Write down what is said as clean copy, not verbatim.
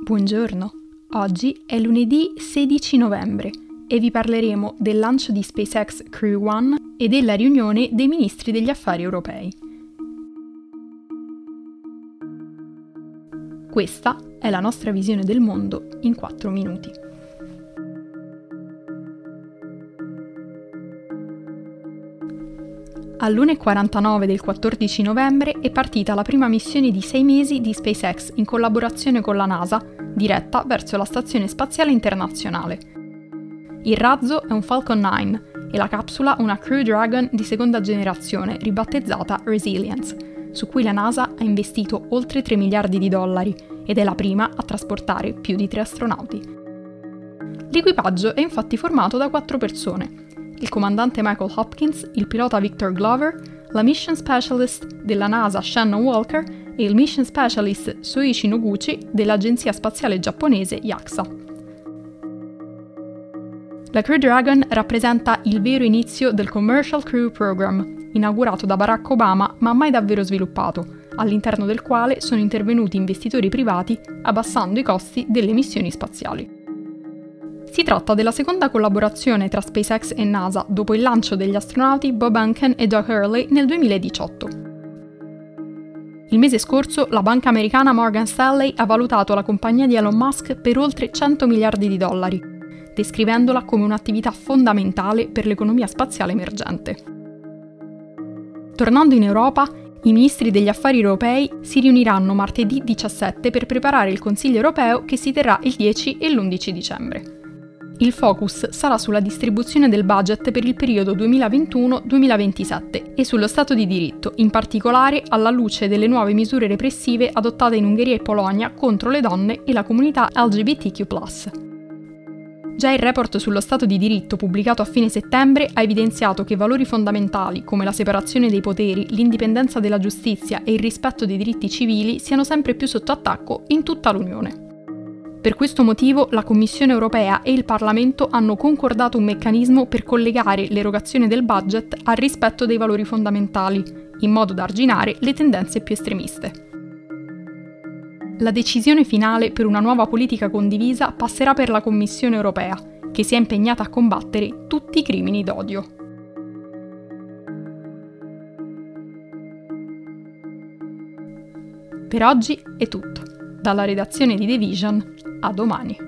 Buongiorno, oggi è lunedì 16 novembre e vi parleremo del lancio di SpaceX Crew One e della riunione dei ministri degli affari europei. Questa è la nostra visione del mondo in 4 minuti. All'1:49 del 14 novembre è partita la prima missione di 6 mesi di SpaceX in collaborazione con la NASA, diretta verso la Stazione Spaziale Internazionale. Il razzo è un Falcon 9 e la capsula una Crew Dragon di seconda generazione ribattezzata Resilience, su cui la NASA ha investito oltre 3 miliardi di dollari ed è la prima a trasportare più di 3 astronauti. L'equipaggio è infatti formato da 4 persone: il comandante Michael Hopkins, il pilota Victor Glover, la Mission Specialist della NASA Shannon Walker e il Mission Specialist Soichi Noguchi dell'agenzia spaziale giapponese JAXA. La Crew Dragon rappresenta il vero inizio del Commercial Crew Program, inaugurato da Barack Obama ma mai davvero sviluppato, all'interno del quale sono intervenuti investitori privati abbassando i costi delle missioni spaziali. Si tratta della seconda collaborazione tra SpaceX e NASA dopo il lancio degli astronauti Bob Behnken e Doug Hurley nel 2018. Il mese scorso la banca americana Morgan Stanley ha valutato la compagnia di Elon Musk per oltre 100 miliardi di dollari, descrivendola come un'attività fondamentale per l'economia spaziale emergente. Tornando in Europa, i ministri degli affari europei si riuniranno martedì 17 per preparare il Consiglio europeo che si terrà il 10 e l'11 dicembre. Il focus sarà sulla distribuzione del budget per il periodo 2021-2027 e sullo Stato di diritto, in particolare alla luce delle nuove misure repressive adottate in Ungheria e Polonia contro le donne e la comunità LGBTQ+. Già il report sullo Stato di diritto pubblicato a fine settembre ha evidenziato che valori fondamentali come la separazione dei poteri, l'indipendenza della giustizia e il rispetto dei diritti civili siano sempre più sotto attacco in tutta l'Unione. Per questo motivo la Commissione europea e il Parlamento hanno concordato un meccanismo per collegare l'erogazione del budget al rispetto dei valori fondamentali, in modo da arginare le tendenze più estremiste. La decisione finale per una nuova politica condivisa passerà per la Commissione europea, che si è impegnata a combattere tutti i crimini d'odio. Per oggi è tutto. Dalla redazione di The Vision, a domani.